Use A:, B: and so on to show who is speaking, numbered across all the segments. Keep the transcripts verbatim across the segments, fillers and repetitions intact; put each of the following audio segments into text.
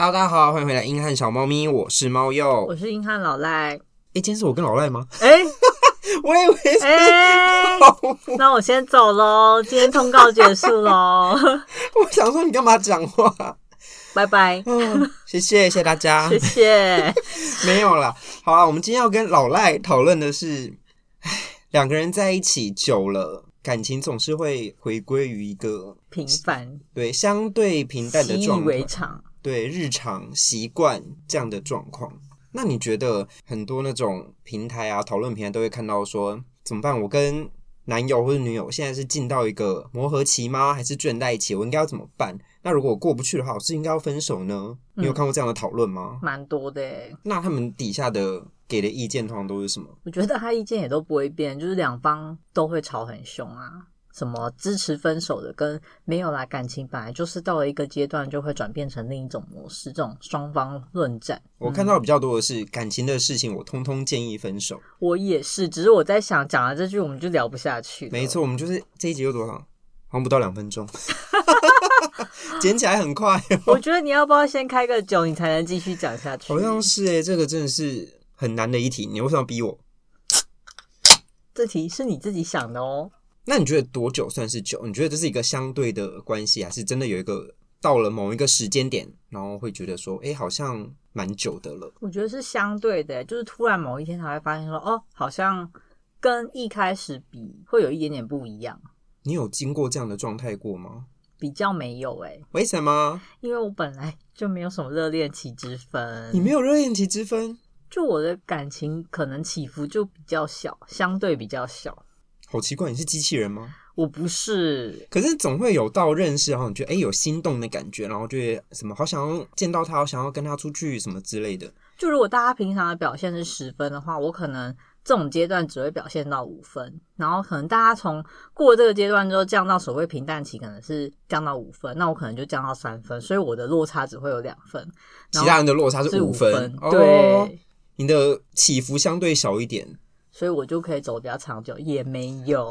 A: Hello， 大家好，欢迎回来硬汉小猫咪，我是猫鼬，
B: 我是硬汉老赖。
A: 哎，今天是我跟老赖吗？
B: 哎、欸，
A: 我以为是、
B: 欸、那我先走咯，今天通告结束咯。
A: 我想说你干嘛讲话？
B: 拜拜、
A: 嗯、谢谢谢谢大家，
B: 谢谢。
A: 没有啦，好啦，我们今天要跟老赖讨论的是，两个人在一起久了，感情总是会回归于一个
B: 平凡，
A: 对相对平淡的状态，习以
B: 为常，
A: 对日常习惯这样的状况。那你觉得很多那种平台啊，讨论平台都会看到说，怎么办？我跟男友或者女友现在是进到一个磨合期吗？还是倦在一起？我应该要怎么办？那如果我过不去的话，我是应该要分手呢？你有看过这样的讨论吗？
B: 蛮、嗯、多的耶。
A: 那他们底下的给的意见通常都是什么？
B: 我觉得他意见也都不会变，就是两方都会吵很凶啊。什么支持分手的跟没有啦，感情本来就是到了一个阶段就会转变成另一种模式，这种双方论战。
A: 我看到比较多的是、嗯、感情的事情，我通通建议分手。
B: 我也是，只是我在想，讲了这句我们就聊不下去了。
A: 没错，我们就是这一集有多少？好像不到两分钟，剪起来很快、哦。
B: 我觉得你要不要先开个酒，你才能继续讲下去？
A: 好像是耶，这个真的是很难的一题，你为什么要逼我？
B: 这题是你自己想的哦。
A: 那你觉得多久算是久？你觉得这是一个相对的关系，还是真的有一个到了某一个时间点，然后会觉得说，哎，好像蛮久的了？
B: 我觉得是相对的，就是突然某一天才会发现说，哦，好像跟一开始比会有一点点不一样。
A: 你有经过这样的状态过吗？
B: 比较没有耶。
A: 为什么？
B: 因为我本来就没有什么热恋期之分。
A: 你没有热恋期之分？
B: 就我的感情可能起伏就比较小，相对比较小。
A: 好奇怪，你是机器人吗？
B: 我不是，
A: 可是总会有到认识，然后你觉得哎有心动的感觉，然后就会什么好想要见到他，好想要跟他出去什么之类的。
B: 就如果大家平常的表现是十分的话，我可能这种阶段只会表现到五分，然后可能大家从过这个阶段之后降到所谓平淡期，可能是降到五分，那我可能就降到三分，所以我的落差只会有两分，
A: 其他人的落差是五分，
B: 分哦、对，
A: 你的起伏相对小一点。
B: 所以我就可以走比较长久，也没有。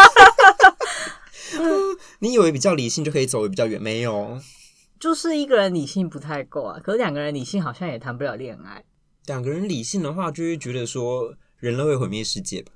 A: 你以为比较理性就可以走得比较远，没有，
B: 就是一个人理性不太够啊。可是两个人理性好像也谈不了恋爱。
A: 两个人理性的话，就会觉得说人类会毁灭世界吧。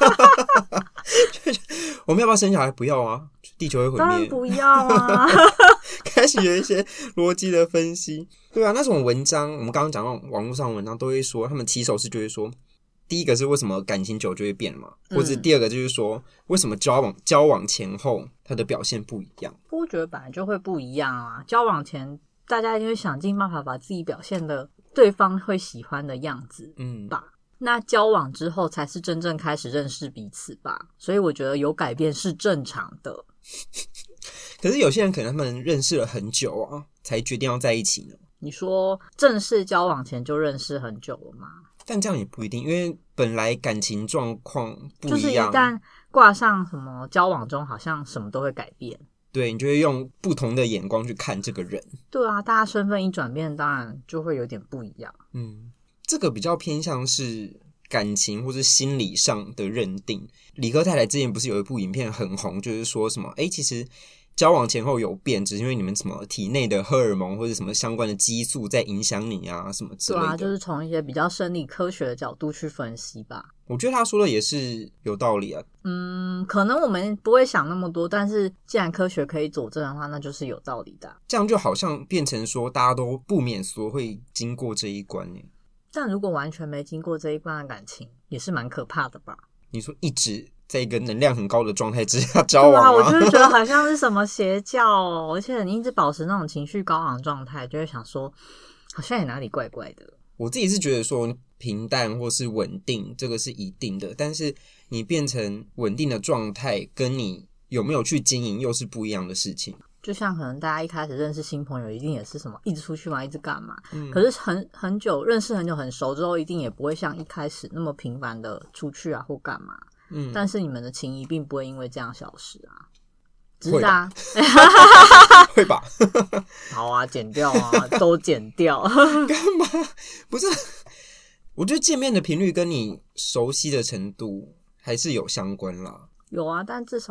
A: 我们要不要生小孩？不要啊，地球会毁灭。
B: 当然不要啊。
A: 开始有一些逻辑的分析。对啊，那种文章我们刚刚讲那种网络上的文章都会说，他们起手式就会说，第一个是为什么感情久就会变嘛，或者第二个就是说为什么交往交往前后他的表现不一样。
B: 我觉得本来就会不一样啊，交往前大家一定会想尽办法把自己表现的对方会喜欢的样子嗯吧，那交往之后才是真正开始认识彼此吧，所以我觉得有改变是正常的。
A: 可是有些人可能他们认识了很久啊才决定要在一起呢。
B: 你说正式交往前就认识很久了吗？
A: 但这样也不一定，因为本来感情状况不一样，
B: 就是一旦挂上什么交往中，好像什么都会改变。
A: 对，你就会用不同的眼光去看这个人。
B: 对啊，大家身份一转变，当然就会有点不一样。
A: 嗯，这个比较偏向是感情或是心理上的认定。理科太太之前不是有一部影片很红，就是说什么，哎，其实交往前后有变，只是因为你们什么体内的荷尔蒙或者什么相关的激素在影响你啊，什么之类的。
B: 对啊，就是从一些比较生理科学的角度去分析吧。
A: 我觉得他说的也是有道理啊。
B: 嗯，可能我们不会想那么多，但是既然科学可以佐证的话，那就是有道理的。
A: 这样就好像变成说大家都不免俗会经过这一关耶。
B: 但如果完全没经过这一关的感情，也是蛮可怕的吧？你
A: 说一直在一个能量很高的状态之下交往吗？
B: 对啊，我就是觉得好像是什么邪教哦，而且你一直保持那种情绪高昂状态，就会想说好像也哪里怪怪的。
A: 我自己是觉得说平淡或是稳定这个是一定的，但是你变成稳定的状态跟你有没有去经营又是不一样的事情。
B: 就像可能大家一开始认识新朋友一定也是什么一直出去玩一直干嘛、
A: 嗯、
B: 可是很很久认识很久很熟之后一定也不会像一开始那么频繁的出去啊或干嘛、嗯、但是你们的情谊并不会因为这样消失啊，只是大
A: 家会吧
B: 好啊，剪掉啊都剪掉
A: 干嘛？不是，我觉得见面的频率跟你熟悉的程度还是有相关啦。
B: 有啊，但至少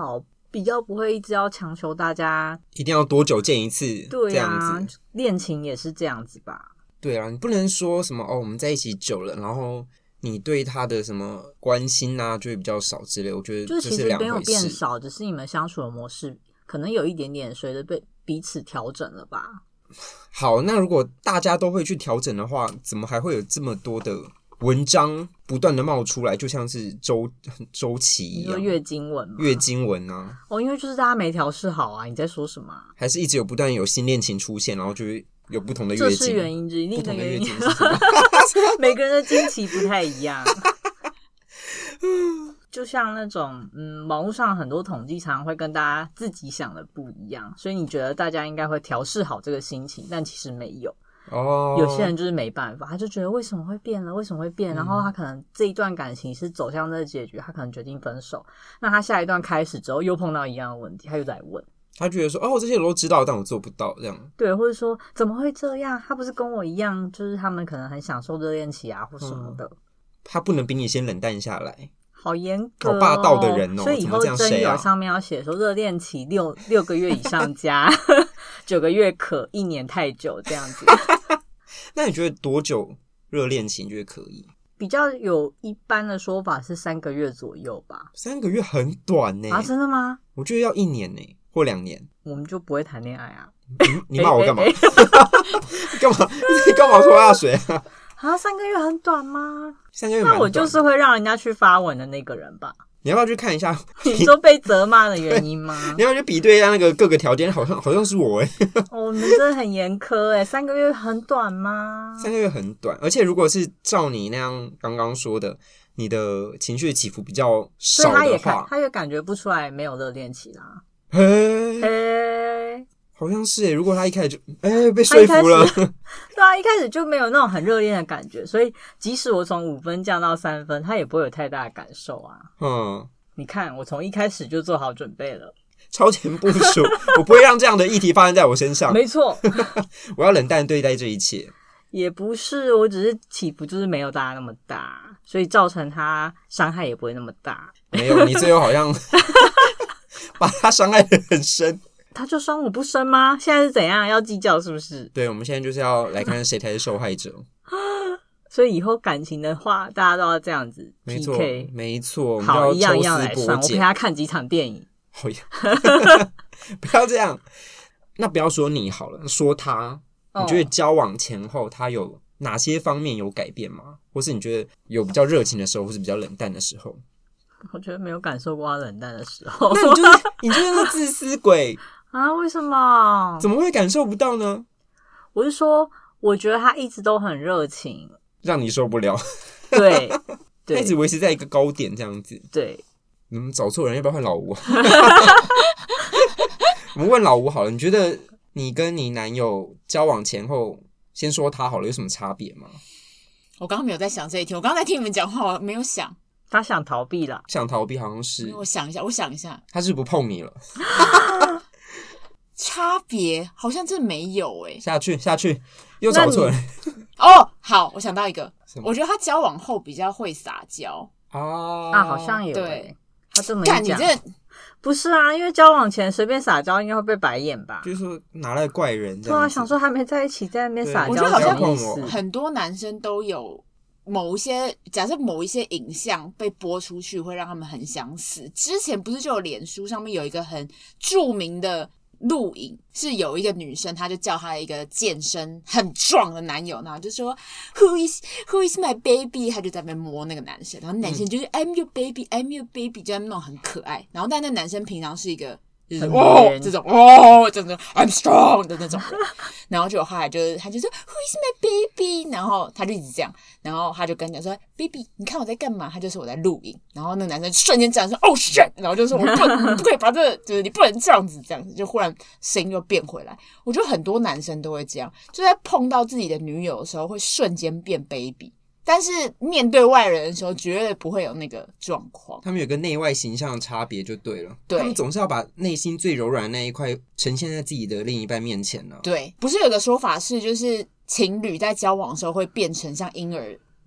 B: 比较不会一直要强求大家
A: 一定要多久见一次，
B: 对啊，
A: 这样子。
B: 恋情也是这样子吧？
A: 对啊，你不能说什么哦，我们在一起久了，然后你对他的什么关心啊，就会比较少之类。我觉得这
B: 就是其实没有
A: 两回事。
B: 变少，只是你们相处的模式可能有一点点随着被彼此调整了吧。
A: 好，那如果大家都会去调整的话，怎么还会有这么多的文章不断的冒出来，就像是周周期一样？
B: 你说月经文吗？
A: 月经文啊。
B: 哦，因为就是大家没调试好啊。你在说什么啊？
A: 还是一直有不断有新恋情出现，然后就会有不同的月经？
B: 这是原因之一，另一个原因
A: 是什么？
B: 每个人的经期不太一样。就像那种嗯，网络上很多统计常常会跟大家自己想的不一样，所以你觉得大家应该会调试好这个心情，但其实没有。
A: 哦，
B: 有些人就是没办法，他就觉得为什么会变了，为什么会变、嗯、然后他可能这一段感情是走向这个结局，他可能决定分手，那他下一段开始之后又碰到一样的问题，他又在问，
A: 他觉得说哦，这些我都知道，但我做不到这样。
B: 对，或者说怎么会这样，他不是跟我一样，就是他们可能很享受热恋期啊或什么的、嗯、
A: 他不能比你先冷淡下来，
B: 好严格、哦、
A: 好霸道的人哦。
B: 所以以后真有上面要写说热恋期六六个月以上加九个月可，一年太久这样子。
A: 那你觉得多久热恋期你觉得可以？
B: 比较有一般的说法是三个月左右吧。
A: 三个月很短呢、欸、
B: 啊，真的吗？
A: 我觉得要一年呢、欸、或两年。
B: 我们就不会谈恋爱啊。
A: 你骂我干嘛？
B: 欸欸欸
A: 干嘛？你干嘛拖下水啊？
B: 啊，三个月很短吗？
A: 三个月蛮短的。
B: 那我就是会让人家去发文的那个人吧。
A: 你要不要去看一下？
B: 你说被责骂的原因吗？
A: 你要不要去比对一下那个各个条件？好像好像是我哎、欸。
B: 哦，你们真的很严苛哎、欸，三个月很短吗？
A: 三个月很短，而且如果是照你那样刚刚说的，你的情绪起伏比较少的话，
B: 他也看，他也感觉不出来没有热恋期啦。
A: 嘿，
B: 嘿，
A: 好像是哎、欸。如果他一开始就哎、欸、被说服了，
B: 对啊，一开始就没有那种很热恋的感觉，所以即使我从五分降到三分，他也不会有太大的感受啊。
A: 嗯，
B: 你看，我从一开始就做好准备了，
A: 超前部署，我不会让这样的议题发生在我身上。
B: 没错，
A: 我要冷淡对待这一切。
B: 也不是，我只是起伏就是没有大家那么大，所以造成他伤害也不会那么大。
A: 没有，你最后好像把他伤害得很深。
B: 他就伤我不深吗？现在是怎样？要计较是不是？
A: 对，我们现在就是要来看谁才是受害者。
B: 所以以后感情的话，大家都要这样子 P K。
A: 没错，
B: 好，一样一样来算。我陪他看几场电影。
A: 哦呀，不要这样。那不要说你好了，说他。你觉得交往前后他有哪些方面有改变吗？或是你觉得有比较热情的时候，或是比较冷淡的时候？
B: 我觉得没有感受过他冷淡的时候。
A: 那你就是你就是自私鬼
B: 啊？为什么？
A: 怎么会感受不到呢？
B: 我是说，我觉得他一直都很热情，
A: 让你受不了。
B: 对，
A: 他一直维持在一个高点这样子。
B: 对，
A: 你们找错人，要不要换老吴？我们问老吴好了，你觉得你跟你男友交往前后，先说他好了，有什么差别吗？
C: 我刚刚没有在想这一题，我刚刚在听你们讲话，我没有想。
B: 他想逃避啦，
A: 想逃避好像是。
C: 我想一下，我想一下，
A: 他是不碰你了。
C: 差别好像真没有诶、欸。
A: 下去下去，又找错人。
C: 哦，好，我想到一个，我觉得他交往后比较会撒娇
A: 啊
B: 啊，好像有、欸、对，他这么一讲，
C: 你这
B: 不是啊，因为交往前随便撒娇应该会被白眼吧？
A: 就是说拿来怪人这样子。
B: 对啊，想说还没在一起，在那边撒娇，
C: 我觉得好像
B: 我
C: 很多男生都有某一些，假设某一些影像被播出去，会让他们很想死。之前不是就有脸书上面有一个很著名的录影，是有一个女生，她就叫她一个健身很壮的男友，然后就说 Who is Who is my baby？ 她就在那边摸那个男生，然后男生就是、嗯、I'm your baby, I'm your baby， 就在那种很可爱。然后但那男生平常是一个就是哦这种哦这种 I'm strong 的那种人，然后就后来就是他就说 Who is my baby？ 然后他就一直这样，然后他就跟他讲说 Baby， 你看我在干嘛？他就说我在录影，然后那个男生瞬间站说 Oh shit， 然后就说我不你不可以把这个就是你不能这样子这样子，就忽然声音又变回来。我觉得很多男生都会这样，就在碰到自己的女友的时候会瞬间变 baby。但是面对外人的时候，绝对不会有那个状况。
A: 他们有个内外形象的差别就对了。
C: 对，
A: 他们总是要把内心最柔软的那一块呈现在自己的另一半面前呢、啊。
C: 对，不是有个说法是，就是情侣在交往的时候会变成像婴儿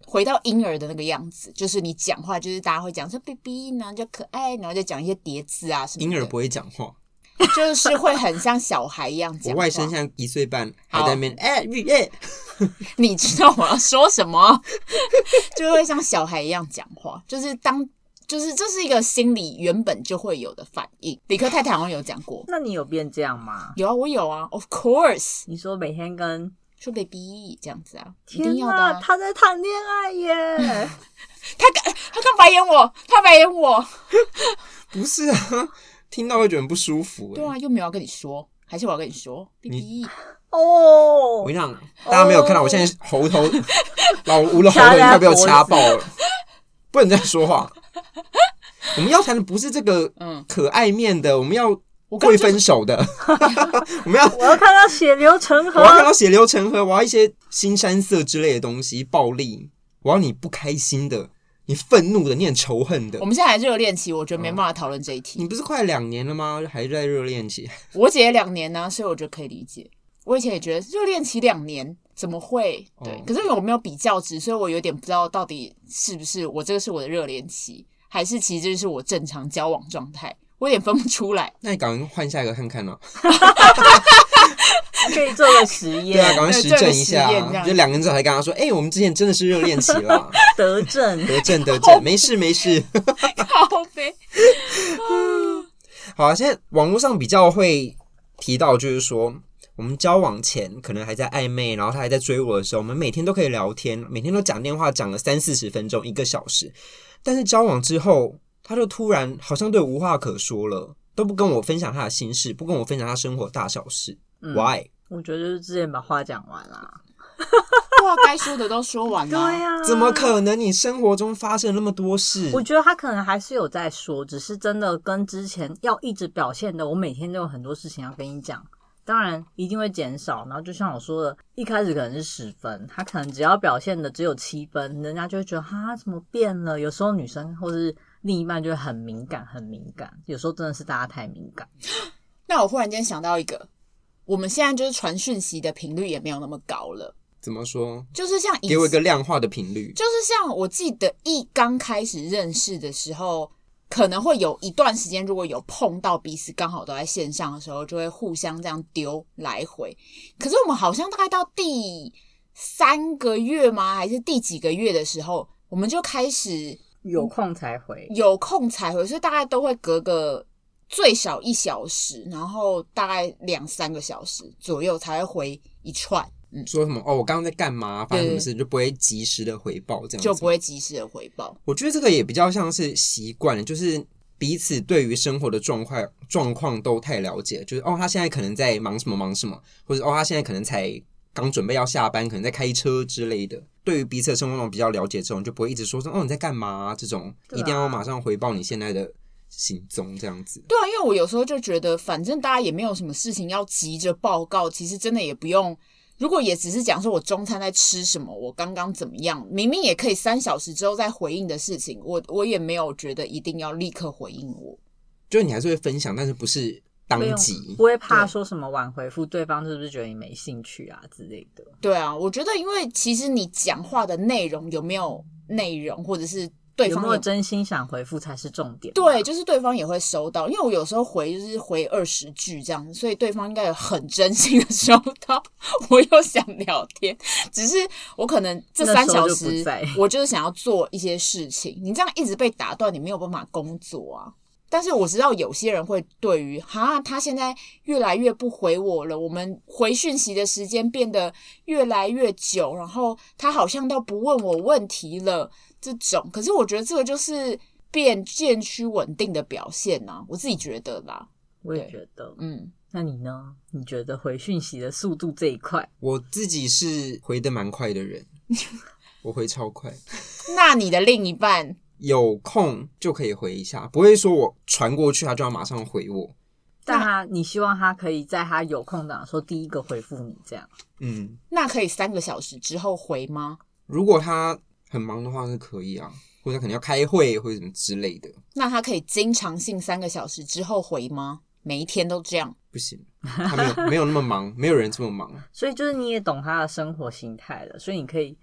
C: 回到婴儿的那个样子，就是你讲话就是大家会讲说 baby， 然后就可爱，然后就讲一些叠字啊什么的。
A: 婴儿不会讲话，
C: 就是会很像小孩一样讲话。
A: 我外甥现在一岁半，还在那边哎哎，
C: 你知道我要说什么？就会像小孩一样讲话，就是当就是这是一个心理原本就会有的反应。理科太太好像有讲过。
B: 那你有变这样吗？
C: 有啊，我有啊 ，of course。
B: 你说每天跟
C: 说 baby 这样子啊，
B: 天哪，
C: 一定要的、啊。
B: 他在谈恋爱耶！
C: 他刚他刚白眼我，他白眼我。
A: 不是啊，听到会觉得很不舒服。
C: 对啊，又没有要跟你说，还是我要跟你说 baby。
B: 哦，
A: 我跟你讲，大家没有看到，我现在喉头老吴的喉头快被我掐爆了，不能再说话。我们要谈的不是这个可爱面的，我们要会分手的。我们要
B: 我要看到血流成河，
A: 我要看到血流成河，我要一些腥膻色之类的东西，暴力，我要你不开心的，你愤怒的，你很仇恨的。
C: 我们现在还热恋期，我觉得没办法讨论这一题、
A: 嗯。你不是快两年了吗？还在热恋期？
C: 我姐也两年呢、啊，所以我觉得可以理解。我以前也觉得热恋期两年怎么会？对，哦、可是因为我没有比较值，所以我有点不知道到底是不是我这个是我的热恋期，还是其实这是我正常交往状态，我有点分不出来。
A: 那你赶快换下一个看看哦。
B: 可以做个实验，
A: 对啊，赶快实证一下。就两个人之后还跟他说：“哎、欸，我们之前真的是热恋期啦。”
B: 得正，
A: 得正，得正，没事没事。
C: 靠北。
A: 好啊，现在网络上比较会提到，就是说我们交往前可能还在暧昧，然后他还在追我的时候，我们每天都可以聊天，每天都讲电话，讲了三四十分钟，一个小时。但是交往之后，他就突然好像对我无话可说了，都不跟我分享他的心事，不跟我分享他生活大小事。嗯、Why？
B: 我觉得就是之前把话讲完啦。
C: 话该说的都说完了。
B: 对啊，
A: 怎么可能？你生活中发生那么多事，
B: 我觉得他可能还是有在说，只是真的跟之前要一直表现的，我每天都有很多事情要跟你讲。当然一定会减少，然后就像我说的，一开始可能是十分，他可能只要表现的只有七分，人家就会觉得哈怎么变了。有时候女生或是另一半就会很敏感很敏感，有时候真的是大家太敏感。
C: 那我忽然间想到一个，我们现在就是传讯息的频率也没有那么高了。
A: 怎么说？
C: 就是像
A: 给我一个量化的频率，
C: 就是像我记得一刚开始认识的时候，可能会有一段时间，如果有碰到彼此刚好都在线上的时候，就会互相这样丢来回。可是我们好像大概到第三个月吗？还是第几个月的时候，我们就开始
B: 有空才回，
C: 有空才回，所以大概都会隔个最少一小时，然后大概两三个小时左右才会回一串。
A: 嗯、说什么哦？我刚刚在干嘛？发生什么事就不会及时的回报，这样子
C: 就不会及时的回报。
A: 我觉得这个也比较像是习惯，就是彼此对于生活的状况状况都太了解，就是哦，他现在可能在忙什么忙什么，或者哦，他现在可能才刚准备要下班，可能在开车之类的。对于彼此的生活中比较了解之后，你就不会一直说说哦你在干嘛、啊、这种，一定要马上回报你现在的行踪这样子。
C: 对啊，因为我有时候就觉得，反正大家也没有什么事情要急着报告，其实真的也不用。如果也只是讲说我中餐在吃什么，我刚刚怎么样，明明也可以三小时之后再回应的事情，我我也没有觉得一定要立刻回应我。
A: 就你还是会分享，但是不是当即，
B: 不会怕说什么晚回复对方是不是觉得你没兴趣啊之类的。
C: 对啊，我觉得因为其实你讲话的内容有没有内容，或者是对方
B: 有, 有没有真心想回复才是重点。
C: 对，就是对方也会收到，因为我有时候回就是回二十句这样，所以对方应该有很真心的收到。我又想聊天，只是我可能这三小时我就是想要做一些事情，你这样一直被打断，你没有办法工作啊。但是我知道有些人会对于哈，他现在越来越不回我了，我们回讯息的时间变得越来越久，然后他好像都不问我问题了。这种，可是我觉得这个就是变渐趋稳定的表现啊，我自己觉得啦。
B: 我也觉得，
C: 嗯，
B: 那你呢？你觉得回讯息的速度这一块？
A: 我自己是回得蛮快的人，我回超快。
C: 那你的另一半
A: 有空就可以回一下，不会说我传过去他就要马上回我。
B: 但他，你希望他可以在他有空档的时候第一个回复你，这样？
A: 嗯，
C: 那可以三个小时之后回吗？
A: 如果他很忙的话是可以啊，或者可能要开会或者什么之类的。
C: 那他可以经常性三个小时之后回吗？每一天都这样？
A: 不行，他没有没有那么忙，没有人这么忙。
B: 所以就是你也懂他的生活形态了，所以你可以，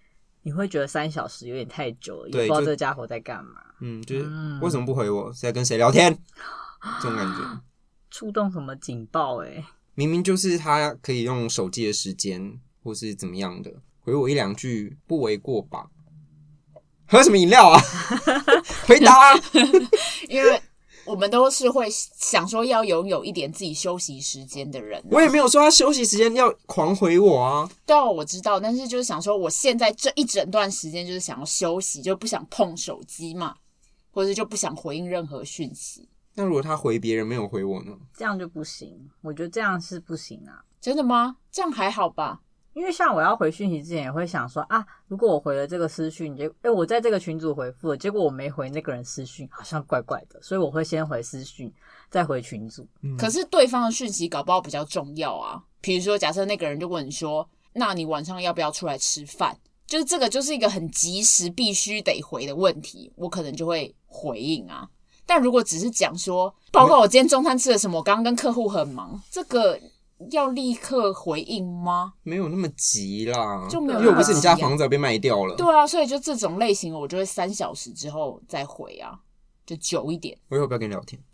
B: 你会觉得三小时有点太久了，也不知道这个家伙在干嘛。
A: 嗯，就是为什么不回我？是在跟谁聊天？这种感觉。
B: 触动什么警报？哎，
A: 明明就是他可以用手机的时间，或是怎么样的，回我一两句不为过吧？喝什么饮料啊？回答、啊。
C: 因为我们都是会想说要拥有一点自己休息时间的人、啊。
A: 我也没有说他休息时间要狂回我啊。
C: 对啊，我知道，但是就是想说，我现在这一整段时间就是想要休息，就不想碰手机嘛，或者就不想回应任何讯息。
A: 那如果他回别人没有回我呢？
B: 这样就不行，我觉得这样是不行啊。
C: 真的吗？这样还好吧？
B: 因为像我要回讯息之前也会想说啊，如果我回了这个私讯，结哎我在这个群组回复了，结果我没回那个人私讯，好像怪怪的，所以我会先回私讯，再回群组。
C: 嗯、可是对方的讯息搞不好比较重要啊。比如说，假设那个人就问你说，那你晚上要不要出来吃饭？就是这个就是一个很及时必须得回的问题，我可能就会回应啊。但如果只是讲说，报告我今天中餐吃了什么，我刚刚跟客户很忙，这个要立刻回应吗？
A: 没有那么急啦，
C: 就没有那么急、啊。
A: 又不是你家房子要被卖掉了。
C: 对啊，所以就这种类型，我就会三小时之后再回啊，就久一点。
A: 我以后不要跟你聊天，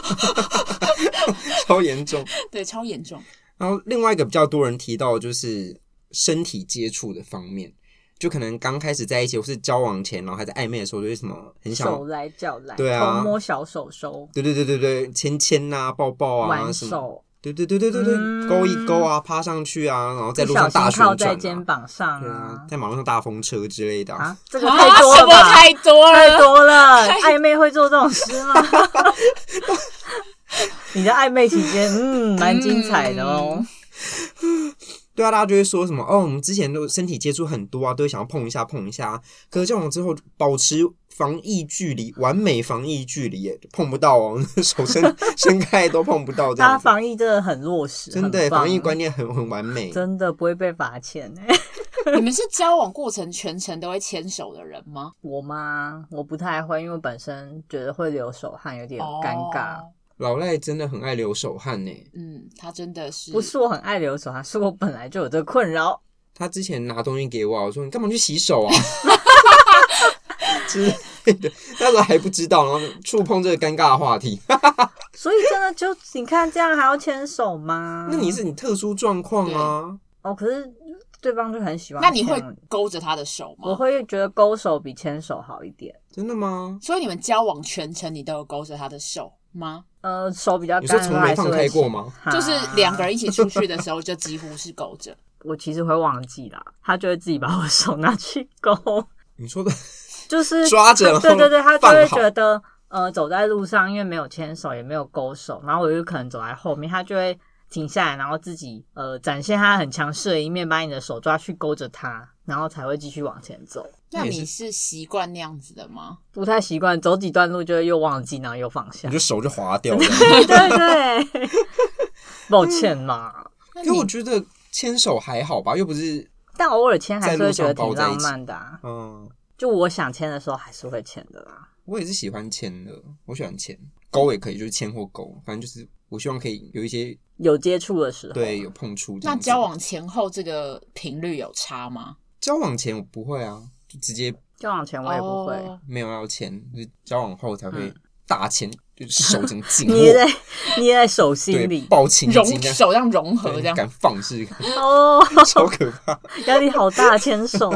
A: 超严重。
C: 对，超严重。
A: 然后另外一个比较多人提到的就是身体接触的方面。就可能刚开始在一起或是交往前，然后还在暧昧的时候，就是什么很想
B: 手来脚来，
A: 对啊，
B: 偷摸小手手，
A: 对对对对对，牵牵啊，抱抱啊，
B: 挽
A: 什么，
B: 手，
A: 对对对对对对，嗯、勾一勾啊，趴上去啊，然后在路上大旋转、啊，
B: 靠在肩膀上啊，
A: 啊，在马路上大风车之类的啊，
B: 啊这个太多了吧，
C: 啊、太多了，
B: 太多了，暧昧会做这种事吗？你的暧昧期间，嗯，蛮精彩的哦。
A: 嗯对啊，大家就会说什么哦，我们之前都身体接触很多啊，都会想要碰一下碰一下。可是交往之后，保持防疫距离，完美防疫距离耶，碰不到哦，手伸伸开都碰不到这样子。
B: 大家防疫真的很落实，
A: 真的防疫观念很很完美，
B: 真的不会被罚钱哎。
C: 你们是交往过程全程都会牵手的人吗？
B: 我吗？我不太会，因为我本身觉得会流手汗，有点尴尬。哦
A: 老赖真的很爱流手汗呢。
C: 嗯，他真的是
B: 不是我很爱流手汗，是我本来就有这个困扰。
A: 他之前拿东西给我，我说你干嘛去洗手啊？之类的，那时候还不知道，然后触碰这个尴尬的话题。
B: 所以真的就你看这样还要牵手吗？
A: 那你是你特殊状况啊。
B: 哦，可是对方就很喜欢。
C: 那你会勾着他的手吗？
B: 我会觉得勾手比牵手好一点。
A: 真的吗？
C: 所以你们交往全程你都有勾着他的手吗？
B: 呃，手比较干。
A: 你说从没放开过吗？
C: 就是两个人一起出去的时候，就几乎是勾着。
B: 我其实会忘记啦，他就会自己把我手拿去勾。
A: 你说的，
B: 就是
A: 抓着，
B: 对对对，他就会觉得呃，走在路上，因为没有牵手，也没有勾手，然后我就可能走在后面，他就会停下来，然后自己呃展现他很强势的一面，把你的手抓去勾着他，然后才会继续往前走。
C: 那你是习惯那样子的吗？
B: 不太习惯，走几段路就会又忘记，然后又放下，
A: 你就手就滑掉了。
B: 对对对，抱歉嘛。
A: 可我觉得牵手还好吧，又不是，
B: 但偶尔牵还是会觉得挺浪漫的啊。
A: 嗯，
B: 就我想牵的时候还是会牵的啦。
A: 我也是喜欢牵的，我喜欢牵，勾也可以，就是牵或勾，反正就是我希望可以有一些
B: 有接触的时候，
A: 对，有碰触。
C: 那交往前后这个频率有差吗？
A: 交往前我不会啊，就直接
B: 交往前我也不会，
C: 哦、
A: 没有要牵，就是交往后才会大牵，就是手整紧握，
B: 捏在捏在手心里，
A: 抱情
C: 融手这样融合这样，
A: 敢放肆
B: 哦，
A: 超可怕，
B: 压力好大，牵手。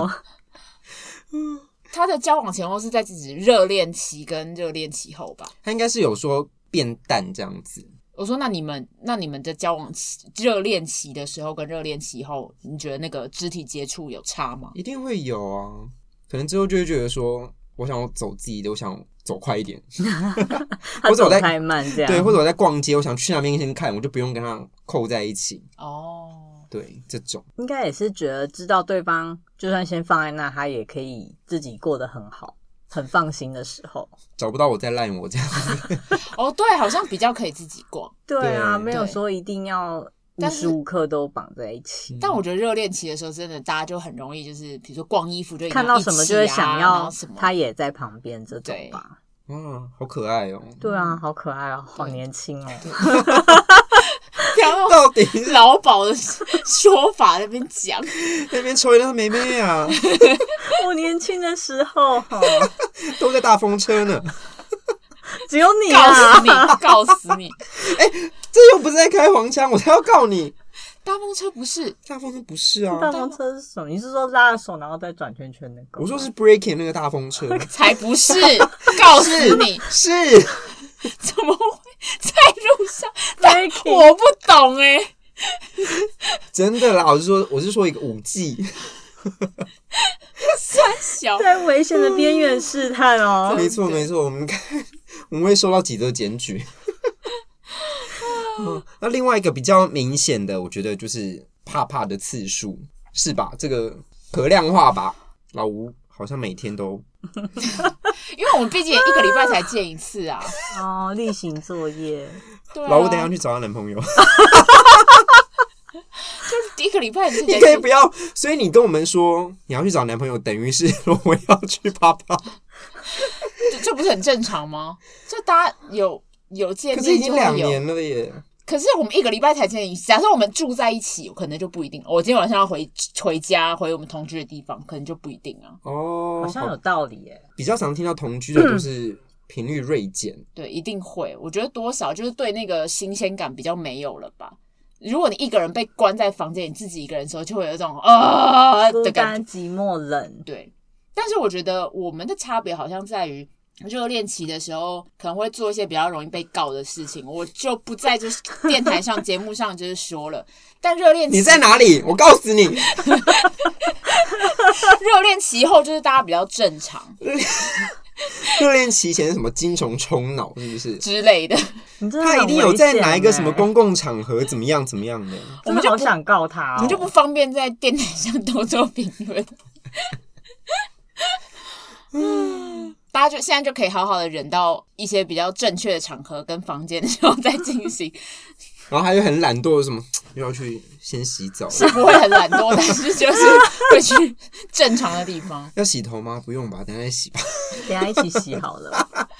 C: 他的交往前后是在指热恋期跟热恋期后吧？
A: 他应该是有说变淡这样子。
C: 我说那你们那你们的交往期热恋期的时候跟热恋期后，你觉得那个肢体接触有差吗？
A: 一定会有啊，可能之后就会觉得说，我想要走自己的，我想走快一点，
B: 或者我在太慢这样，
A: 对，或者我在逛街，我想去那边先看，我就不用跟他扣在一起。
C: 哦。
A: 对，这种
B: 应该也是觉得知道对方就算先放在那，他也可以自己过得很好，很放心的时候，
A: 找不到我再赖我这样子。
C: 哦，对，好像比较可以自己逛。
B: 对啊，没有说一定要无时无刻都绑在一起。
C: 但我觉得热恋期的时候，真的大家就很容易，就是比如说逛衣服就、啊、
B: 看到什么就会想要他也在旁边这种吧。
A: 嗯，好可爱哦。
B: 对啊，好可爱哦，好年轻哦。
A: 到底是
C: 劳保的说法在那边讲，
A: 那边抽烟的妹妹啊，
B: 我年轻的时候
A: 都在大风车呢。
B: 只有你
C: 告
B: 啊！
C: 死你，告死你！
A: 哎、欸，这又不是在开黄腔，我才要告你。
C: 大风车不是，
A: 大风车不是啊。
B: 大风车是什么？你是说拉着手然后再转圈圈那个？
A: 我说是 breaking 那个大风车，
C: 才不是！告死你！
A: 是
C: 怎么会在路上？但我不懂哎、欸。
A: 真的啦，我是说，我是说一个舞技。
C: 三小
B: 在危险的边缘试探哦。
A: 没错没错，我们看我们会收到几则检举。嗯、那另外一个比较明显的，我觉得就是怕怕的次数，是吧？这个可量化吧。老吴好像每天都，
C: 因为我们毕竟也一个礼拜才见一次啊。
B: 哦，例行作业。
C: 对啊、
A: 老吴等一下去找她男朋友。
C: 就是一个礼拜一次，
A: 你可以不要，所以你跟我们说你要去找男朋友，等于是我要去啪啪，
C: 这这不是很正常吗？就大家有有见面，
A: 可是已经两年了耶。
C: 可是我们一个礼拜才见一次，假设我们住在一起，可能就不一定。我今天晚上要回回家，回我们同居的地方，可能就不一定啊。
B: 哦，好像有道理耶。
A: 比较常听到同居的都是频率锐减、嗯，
C: 对，一定会。我觉得多少就是对那个新鲜感比较没有了吧。如果你一个人被关在房间，你自己一个人的时候，就会有一种啊的感觉，
B: 寂寞冷。
C: 对，但是我觉得我们的差别好像在于热恋期的时候，可能会做一些比较容易被告的事情，我就不在就是电台上、节目上就是说了。但热恋期
A: 你在哪里？我告诉你，热
C: 恋期后就是大家比较正常。
A: 热恋期前是什么精虫充脑，是不是
C: 之类的？
A: 他一定有在哪一个什么公共场合怎么样怎么样的，
B: 我们就好想告他、哦，
C: 我们就不方便在电台上多做评论。大家就现在就可以好好的忍到一些比较正确的场合跟房间的时候再进行。
A: 然后他又很懒惰，什么又要去先洗澡，
C: 是不会很懒惰，但是就是会去正常的地方。
A: 要洗头吗？不用吧，等一下再洗吧。
B: 等一下一起洗好了。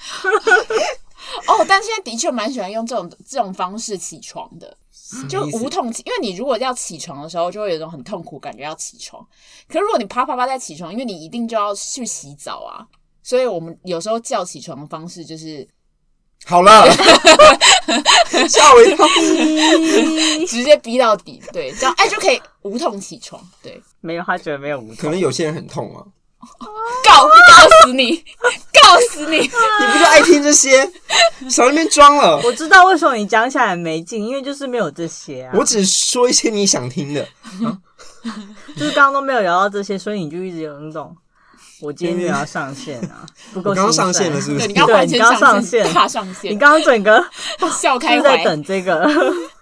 C: 哦，但现在的确蛮喜欢用这种这种方式起床的，就无痛起。因为你如果要起床的时候，就会有一种很痛苦感觉要起床。可是如果你啪啪啪在起床，因为你一定就要去洗澡啊，所以我们有时候叫起床的方式就是
A: 好了，吓我一跳，
C: 直接逼到底，对，这样哎就可以无痛起床。对，
B: 没有，他觉得没有无痛，
A: 可能有些人很痛啊。
C: 告告死你，告死你！
A: 你不就爱听这些，少在那边装了。
B: 我知道为什么你讲起来很没劲，因为就是没有这些啊。
A: 我只说一些你想听的，
B: 啊、就是刚刚都没有聊到这些，所以你就一直有那种。我今天就要上线啊！不够，
A: 我刚刚上线了，是不是？
C: 对，你刚刚
B: 刚上线，
C: 大上线，
B: 你刚刚整个
C: 笑开怀，
B: 在等这个。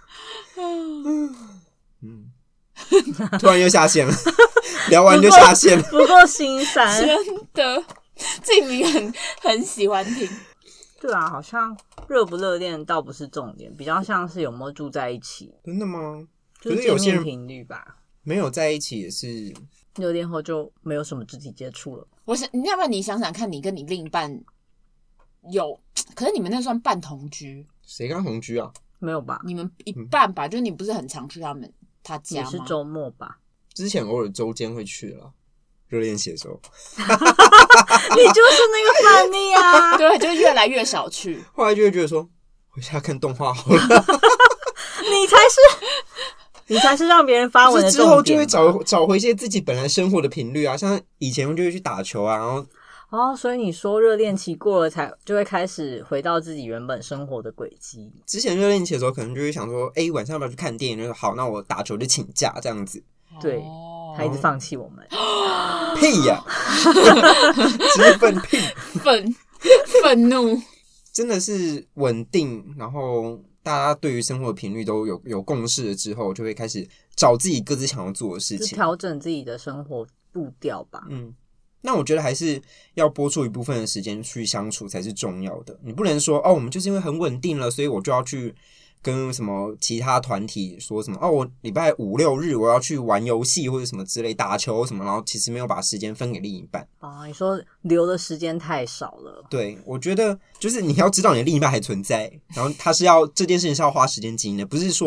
A: 嗯，突然又下线了，聊完就下线了，
B: 不够心酸，
C: 真的，自己很很喜欢听。
B: 对啊，好像热不热恋倒不是重点，比较像是有没有住在一起。
A: 真的吗？
B: 就是见面频率吧。
A: 没有在一起也是。
B: 热恋后就没有什么肢体接触了。
C: 我想，要不然你想想看，你跟你另一半有，可是你们那算半同居？
A: 谁跟同居啊？
B: 没有吧？
C: 你们一半吧，嗯、就是你不是很常去他们他家吗？
B: 也是周末吧。
A: 之前偶尔周间会去了，热恋期的时候。
B: 你就是那个范例啊！
C: 对，就越来越少去。
A: 后来就会觉得说，回家看动画好了。
B: 你才是。你才是让别人发文的重点。
A: 之后就会找找回一些自己本来生活的频率啊，像以前就会去打球啊，然后
B: 哦，所以你说热恋期过了才就会开始回到自己原本生活的轨迹。
A: 之前热恋期的时候，可能就会想说，哎、欸，晚上要不要去看电影？就是好，那我打球就请假这样子。
B: 对，他一直放弃我们。
A: 屁呀、啊！直接愤屁，
C: 愤愤怒，
A: 真的是稳定，然后。大家对于生活的频率都有有共识了之后，就会开始找自己各自想要做的事情，
B: 调整自己的生活步调吧。
A: 嗯，那我觉得还是要拨出一部分的时间去相处才是重要的。你不能说哦，我们就是因为很稳定了，所以我就要去跟什么其他团体说什么哦，我礼拜五六日我要去玩游戏或者什么之类打球什么，然后其实没有把时间分给另一半。
B: 哦，你说留的时间太少了。
A: 对，我觉得就是你要知道你的另一半还存在，然后他是要这件事情是要花时间经营的，不是说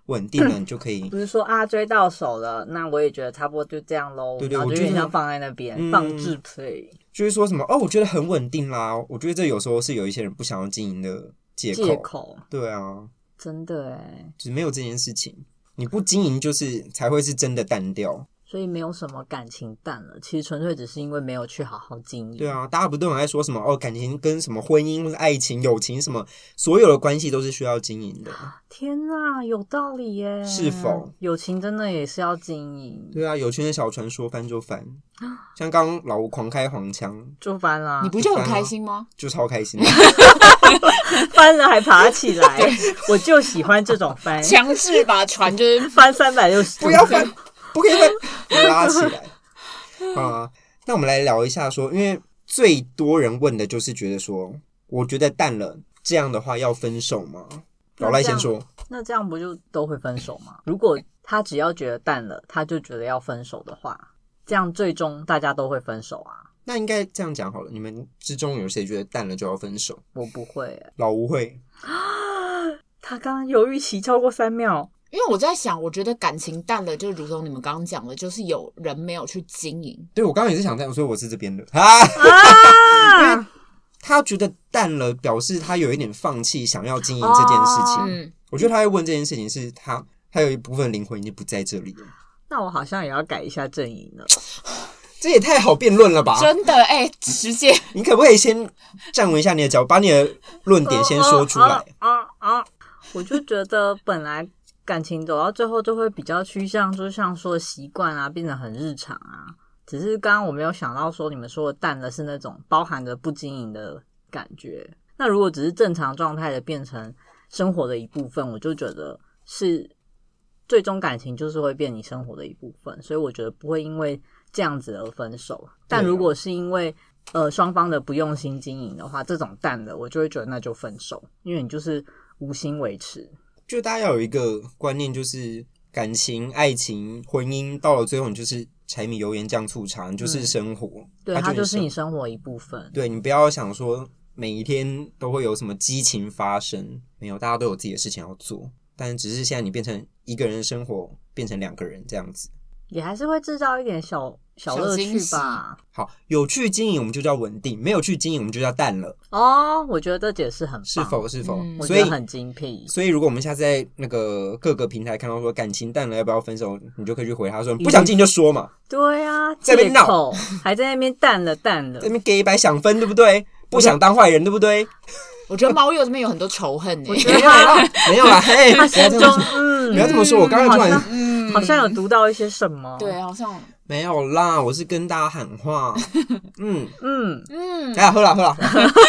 A: 稳定了，你就可以
B: 不是说啊追到手了，那我也觉得差不多就这样咯。
A: 对对，
B: 然后就有点像放在那边、嗯、放置 play，
A: 就是说什么哦，我觉得很稳定啦。我觉得这有时候是有一些人不想要经营的借口。
B: 借口，
A: 对啊，
B: 真的哎，
A: 就是没有这件事情，你不经营就是才会是真的淡掉。
B: 所以没有什么感情淡了，其实纯粹只是因为没有去好好经营。
A: 对啊，大家不都很爱说什么哦，感情跟什么婚姻或者爱情、友情什么，所有的关系都是需要经营的。
B: 天哪，有道理耶！
A: 是否
B: 友情真的也是要经营？
A: 对啊，有钱的小船说翻就翻，像刚刚老吴狂开黄腔
B: 就翻啦，
C: 你不就很开心吗？
A: 就超开心的，
B: 翻了还爬起来，我就喜欢这种翻，
C: 强制把船就是
B: 翻三百六十度，
A: 不要翻。不可以翻，拉起来啊！那我们来聊一下说，因为最多人问的就是觉得说，我觉得淡了，这样的话要分手吗？老赖先说。
B: 那这样不就都会分手吗？如果他只要觉得淡了，他就觉得要分手的话，这样最终大家都会分手啊。
A: 那应该这样讲好了，你们之中有谁觉得淡了就要分手？
B: 我不会耶，
A: 老吴会。
B: 他刚刚犹豫期超过三秒。
C: 因为我在想，我觉得感情淡了，就如同你们刚刚讲的，就是有人没有去经营。
A: 对，我刚刚也是想这样，所以我是这边的啊。啊因为他觉得淡了，表示他有一点放弃想要经营这件事情。嗯、我觉得他会问这件事情，是他他有一部分灵魂已经不在这里了。
B: 那我好像也要改一下阵营了。
A: 这也太好辩论了吧！
C: 真的哎、欸，直接
A: 你可不可以先站稳一下你的脚，把你的论点先说出来？
B: 啊啊啊！我就觉得本来。感情走到最后就会比较趋向，就像说的习惯啊，变得很日常啊。只是刚刚我没有想到说你们说的淡的是那种包含着不经营的感觉。那如果只是正常状态的变成生活的一部分，我就觉得是最终感情就是会变你生活的一部分。所以我觉得不会因为这样子而分手。但如果是因为呃双方的不用心经营的话，这种淡的我就会觉得那就分手，因为你就是无心维持。
A: 就大家要有一个观念，就是感情、爱情、婚姻到了最后，你就是柴米油盐酱醋茶，你就是生活。嗯、
B: 对，它就是你生活一部分。
A: 对，你不要想说每一天都会有什么激情发生，没有，大家都有自己的事情要做。但只是现在你变成一个人的生活，变成两个人这样子，
B: 也还是会制造一点小小乐趣吧。
A: 好，有去经营我们就叫稳定，没有去经营我们就叫淡了。
B: 哦，我觉得这解释很棒，
A: 是否是否？
B: 嗯、我觉得很精辟。
A: 所以如果我们下次在那个各个平台看到说感情淡了要不要分手，你就可以去回他说你不想经营就说嘛。
B: 对啊，
A: 在那边闹，
B: 还在那边淡了淡了，
A: 在那边给一百想分对不对？不想当坏人对不对？
C: 我觉得猫友这边有很多仇恨呢、
B: 欸。
A: 没有啦，没有啦，嘿，
B: 他心中嗯，
A: 不要这么说，我刚刚突然
B: 嗯，好像有读到一些什么，
C: 对，好像
A: 没有啦，我是跟大家喊话，嗯
B: 嗯
C: 嗯，
A: 哎呀，喝啦喝啦。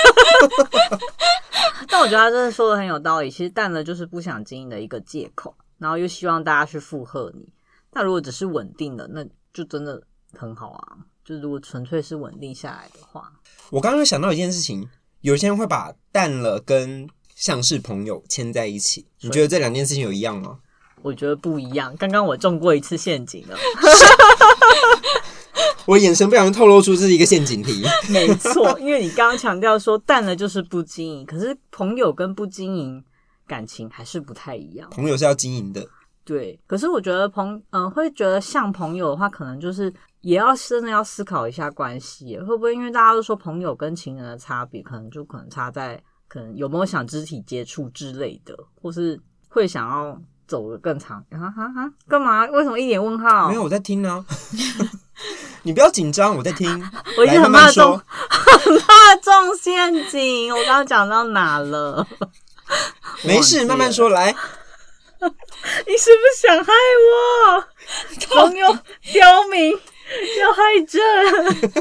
B: 但我觉得他真的说的很有道理，其实淡了就是不想经营的一个借口，然后又希望大家去附和你。那如果只是稳定的，那就真的很好啊。就如果纯粹是稳定下来的话，
A: 我刚刚想到一件事情，有些人会把淡了跟像是朋友牵在一起，你觉得这两件事情有一样吗？
B: 我觉得不一样。刚刚我中过一次陷阱了。
A: 我眼神不小心透露出这是一个陷阱题。
B: 没错，因为你刚刚强调说淡了就是不经营，可是朋友跟不经营感情还是不太一样。
A: 朋友是要经营的，
B: 对。可是我觉得朋嗯、呃、会觉得像朋友的话，可能就是也要真的要思考一下关系，会不会因为大家都说朋友跟情人的差别，可能就可能差在可能有没有想肢体接触之类的，或是会想要走得更长啊啊啊！干嘛？为什么一脸问号？
A: 没有，我在听啊。你不要紧张，我在听。
B: 我已经很怕中，很怕中陷阱。我刚刚讲到哪了？
A: 没事，慢慢说来。
B: 你是不是想害我？朋友刁民要害朕。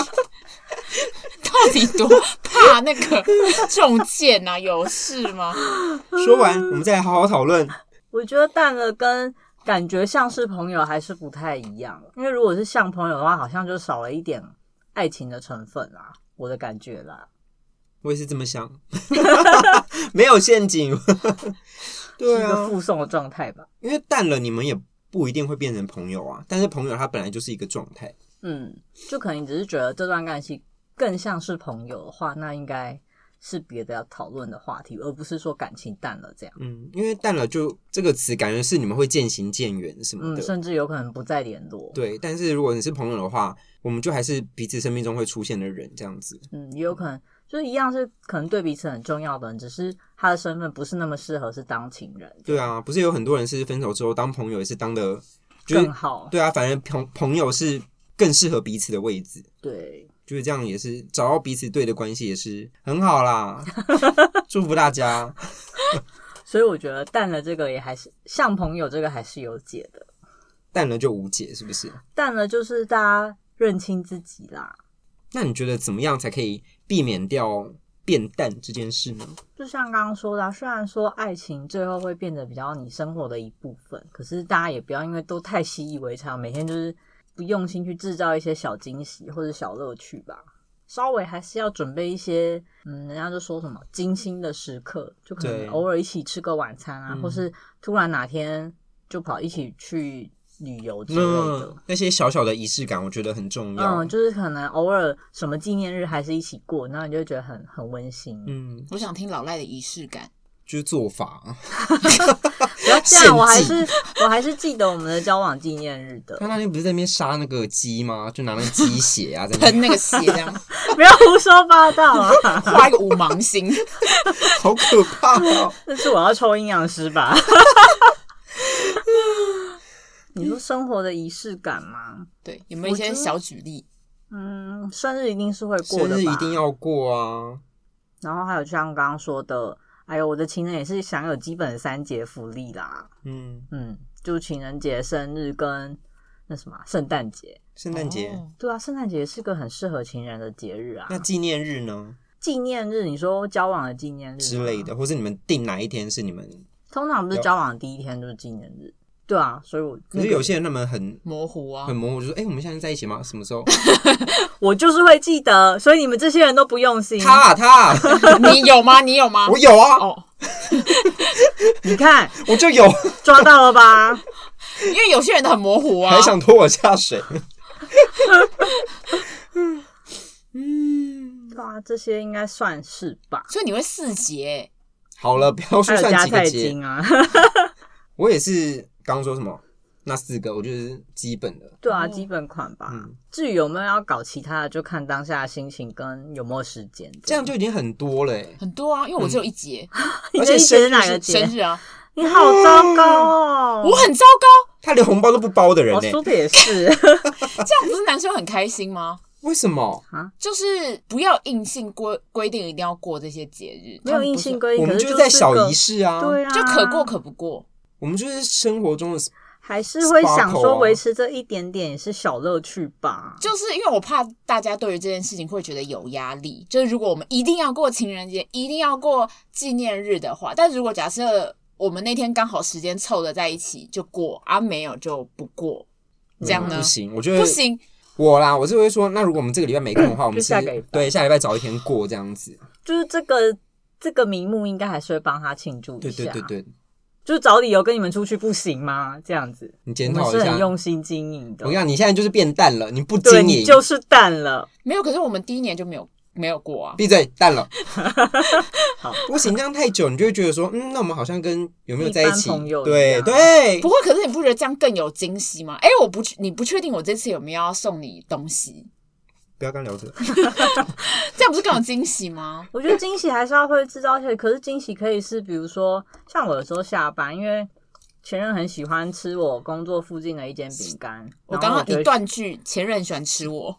C: 到底多怕那个中箭啊？有事吗？
A: 说完，我们再来好好讨论。
B: 我觉得淡了跟感觉像是朋友还是不太一样，因为如果是像朋友的话，好像就少了一点爱情的成分啦，我的感觉啦。
A: 我也是这么想，没有陷阱。对啊，
B: 是一个附送的状态吧。
A: 因为淡了，你们也不一定会变成朋友啊。但是朋友他本来就是一个状态。
B: 嗯，就可能你只是觉得这段关系更像是朋友的话，那应该是别的要讨论的话题，而不是说感情淡了这样。
A: 嗯，因为淡了就这个词感觉是你们会渐行渐远什么的，
B: 嗯，甚至有可能不再联络。
A: 对，但是如果你是朋友的话，我们就还是彼此生命中会出现的人这样子。
B: 嗯，也有可能就是一样是可能对彼此很重要的人，只是他的身份不是那么适合是当情人。
A: 对啊，不是有很多人是分手之后当朋友也是当的、就是、
B: 更好。
A: 对啊，反正朋朋友是更适合彼此的位置。
B: 对。
A: 就是这样，也是找到彼此对的关系，也是很好啦。祝福大家。
B: 所以我觉得淡了这个也还是像朋友这个还是有解的，
A: 淡了就无解，是不是？
B: 淡了就是大家认清自己啦。
A: 那你觉得怎么样才可以避免掉变淡这件事呢？
B: 就像刚刚说的、啊，虽然说爱情最后会变得比较你生活的一部分，可是大家也不要因为都太习以为常，每天就是不用心去制造一些小惊喜或者小乐趣吧，稍微还是要准备一些，嗯，人家就说什么精心的时刻，就可能偶尔一起吃个晚餐啊，或是突然哪天就跑一起去旅游之类的、
A: 嗯，那些小小的仪式感，我觉得很重要。
B: 嗯，就是可能偶尔什么纪念日还是一起过，然后你就觉得很很温馨。
A: 嗯，
C: 我想听老赖的仪式感。
A: 就是做法，
B: 不要这样，我还是我还是记得我们的交往纪念日的。
A: 他那天不是在那边杀那个鸡吗？就拿那个鸡血啊，在那
C: 喷那个血这样，
B: 不要胡说八道啊！
C: 画一个五芒星，
A: 好可怕哦！
B: 那是我要抽阴阳师吧？你说生活的仪式感吗？
C: 对，有没有一些小举例？
B: 嗯，生日一定是会过的吧，
A: 生日一定要过啊。
B: 然后还有像刚刚说的，哎呦，我的情人也是享有基本的三节福利啦。
A: 嗯
B: 嗯，就情人节、生日跟那什么圣诞节。
A: 圣诞节，
B: 哦，对啊，圣诞节是个很适合情人的节日啊。
A: 那纪念日呢？
B: 纪念日，你说交往的纪念日
A: 之类的，或是你们定哪一天是你们？
B: 通常不是交往的第一天就是纪念日。对啊，所以我、那個、
A: 可是有些人他们很
C: 模糊啊，
A: 很模糊，就说：“哎、欸，我们现在在一起吗？什么时候？”
B: 我就是会记得，所以你们这些人都不用心。
A: 他啊他啊，
C: 你有吗？你有吗？
A: 我有啊。
C: 哦，
B: 你看，
A: 我就有
B: 抓到了吧？
C: 因为有些人都很模糊啊，
A: 还想拖我下水。嗯，
B: 对啊，这些应该算是吧。
C: 所以你会四节？
A: 好了，不要说算几个节
B: 啊。
A: 我也是。刚刚说什么？那四个我觉得是基本的。
B: 对啊，基本款吧。嗯、至于有没有要搞其他的，就看当下的心情跟有没有时间。
A: 这样就已经很多了、欸，
C: 很多啊，因为我只有一节。
B: 嗯、而且生日是哪个节？
C: 生日啊！
B: 你好糟糕哦！
C: 我很糟糕，
A: 他连红包都不包的人、欸。
B: 我说的也是。
C: 这样不是男生很开心吗？
A: 为什么
B: 啊？
C: 就是不要硬性规规定一定要过这些节日，
B: 没有硬性规定，
A: 我们就是在小仪式啊，
B: 对啊，
C: 就可过可不过。
A: 我们就是生活中的，
B: 还是会想说维持这一点点也是小乐趣吧。
C: 就是因为我怕大家对于这件事情会觉得有压力，就是如果我们一定要过情人节，一定要过纪念日的话，但如果假设我们那天刚好时间凑得在一起就过啊，没有就不过，这样呢？
A: 嗯、不行，我觉得
C: 不行。
A: 我啦，我是会说，那如果我们这个礼拜没空的话，我们是
B: 下个礼拜
A: 对下礼拜早一天过这样子。
B: 就是这个这个名目应该还是会帮他庆祝一下。
A: 对对对对。
B: 就是找理由跟你们出去不行吗？这样子，
A: 你检讨一下，
B: 我们是很用心经营的。
A: 我跟你讲，你现在就是变淡了，你不经营，
B: 你就是淡了。
C: 没有，可是我们第一年就没有没有过啊。
A: 闭嘴，淡了。
B: 好，
A: 不行，这样太久，你就会觉得说，嗯，那我们好像跟有没有在一起？
B: 一朋友
A: 对对。
C: 不过，可是你不觉得这样更有惊喜吗？哎、欸，我不，你不确定我这次有没有要送你东西。
A: 不要跟他聊这个，
C: 这样不是更有惊喜吗？
B: 我觉得惊喜还是要会制造一些，可是惊喜可以是，比如说像我有时候下班，因为前任很喜欢吃我工作附近的一间饼干，
C: 我刚刚一断句，前任喜欢吃我，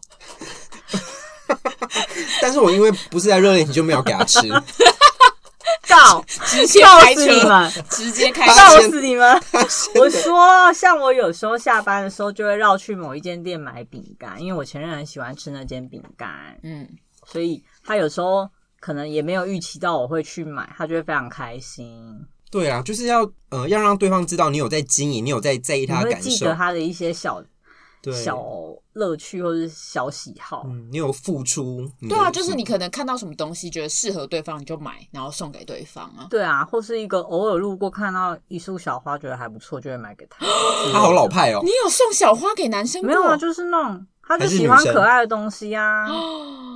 A: 但是我因为不是在热恋期，就没有给他吃。
B: 告，
C: 直接开车，直接开车，
B: 告死你们！我说，像我有时候下班的时候就会绕去某一间店买饼干，因为我前任很喜欢吃那间饼干，嗯，所以他有时候可能也没有预期到我会去买，他就会非常开心。
A: 对啊，就是要呃要让对方知道你有在经营，你有在在意他的感受，
B: 你会记得他的一些小小乐趣或是小喜好，
A: 嗯，你有付出，
C: 对啊，就是你可能看到什么东西觉得适合对方，你就买，然后送给对方啊。
B: 对啊，或是一个偶尔路过看到一束小花觉得还不错，就会买给他。
A: 他好老派哦！
C: 你有送小花给男生过？
B: 没有啊，就是那种他就喜欢可爱的东西啊。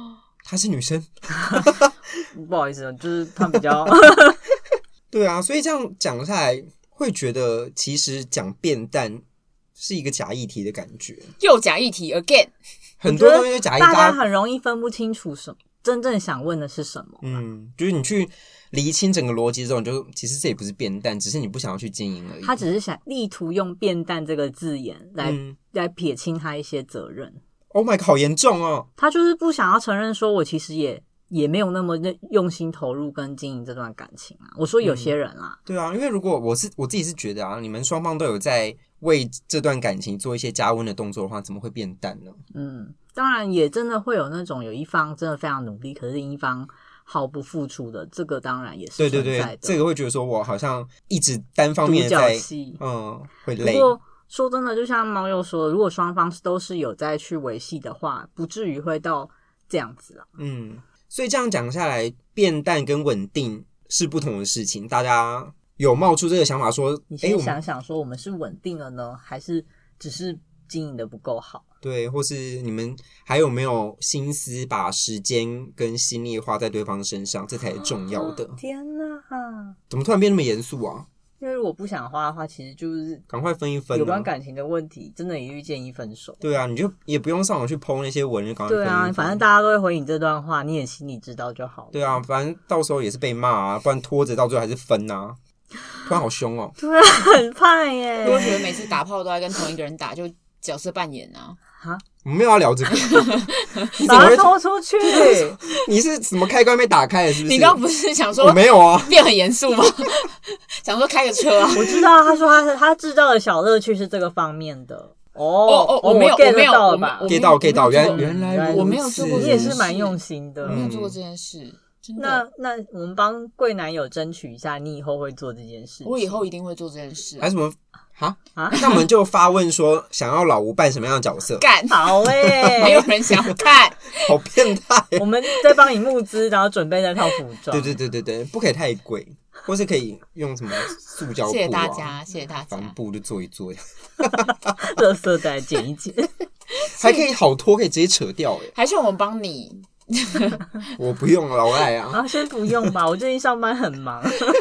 A: 她是女生。
B: 不好意思，就是她比较
A: 对啊，所以这样讲下来，会觉得其实讲变淡是一个假议题的感觉，
C: 又假议题 again，
A: 很多东西都假议题，
B: 大家很容易分不清楚什么真正想问的是什么。
A: 嗯，就是你去厘清整个逻辑之后，你就其实这也不是变淡，只是你不想要去经营而已。
B: 他只是想力图用变淡这个字眼来、嗯、来撇清他一些责任。
A: Oh my god， 好严重哦！
B: 他就是不想要承认说，我其实也也没有那么用心投入跟经营这段感情啊。我说有些人啦、
A: 嗯，对啊，因为如果我是我自己是觉得啊，你们双方都有在为这段感情做一些加温的动作的话，怎么会变淡呢？
B: 嗯，当然也真的会有那种有一方真的非常努力，可是另一方毫不付出的，这个当然也是存在的。
A: 对对对，这个会觉得说我好像一直单方面在
B: 独角戏，
A: 嗯，会累。
B: 不过说真的，就像猫又说的，如果双方都是有在去维系的话，不至于会到这样子啊。
A: 嗯，所以这样讲下来，变淡跟稳定是不同的事情。大家有冒出这个想法说，
B: 你先想想说，我们是稳定了呢，还是只是经营的不够好？
A: 对，或是你们还有没有心思把时间跟心力花在对方身上，这才是重要的。
B: 天哪，
A: 怎么突然变那么严肃啊？
B: 因为如果不想花的话，其实就是
A: 赶快分一分、啊。
B: 有关感情的问题，真的一律建议分手。
A: 对啊，你就也不用上网去 po 那些文，就赶快分一分。
B: 对啊，反正大家都会回你这段话，你也心里知道就好了。
A: 对啊，反正到时候也是被骂啊，不然拖着到最后还是分啊。突然好凶哦、喔！
B: 对啊，很怕耶。
C: 我觉得每次打炮都在跟同一个人打，就角色扮演啊。
B: 哈，
A: 我们没有要聊这个，
B: 你把它拖出去。
A: 你是什么开关被打开了？是不是？
C: 你刚刚不是想说
A: 我没有啊，
C: 变很严肃吗？想说开个车啊。
B: 我知道，他说他是他制造的小乐趣是这个方面的。哦
C: 哦哦，我没有，我没有
B: 到了吧
A: ？get 到 get 到，原原来
C: 我没有做过，
B: 你也是蛮用心的，
C: 我没有做过这件事。
B: 那那我们帮贵男友争取一下，你以后会做这件事。
C: 我以后一定会做这件事。
A: 还什么？哈啊？那我们就发问说，想要老吴扮什么样的角色？
C: 干
B: 好哎、欸，
C: 没有人想看，
A: 好变态。
B: 我们再帮你募资，然后准备那套服装。
A: 对对对对对，不可以太贵，或是可以用什么塑胶布、啊。
C: 谢谢大家，谢谢大家。
A: 帆布就做一做，
B: 垃圾袋剪一剪，
A: 还可以好拖，可以直接扯掉哎。
C: 还是我们帮你？
A: 我不用了，我爱啊。
B: 啊，先不用吧，我最近上班很忙。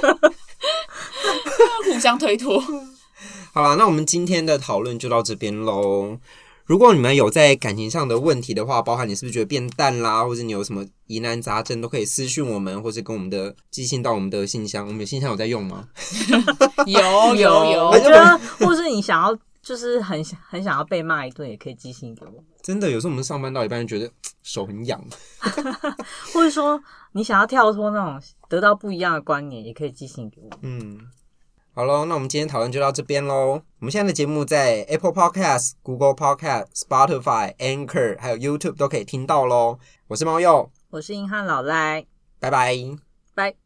C: 互相推脱。
A: 好啦，那我们今天的讨论就到这边咯。如果你们有在感情上的问题的话，包含你是不是觉得变淡啦，或者你有什么疑难杂症，都可以私讯我们，或是跟我们的寄信到我们的信箱。我们的信箱有在用吗？
C: 有有有，
B: 我觉得，或是你想要，就是很很想要被骂一顿，也可以寄信给我。
A: 真的，有时候我们上班到一半就觉得手很痒，
B: 或者说你想要跳脱那种得到不一样的观念，也可以寄信给我。
A: 嗯。好咯，那我们今天讨论就到这边咯。我们现在的节目在 Apple Podcast、Google Podcast、Spotify、Anchor 还有 YouTube 都可以听到咯。我是猫鼬，
B: 我是硬汉老赖，
A: 拜拜，
B: 拜。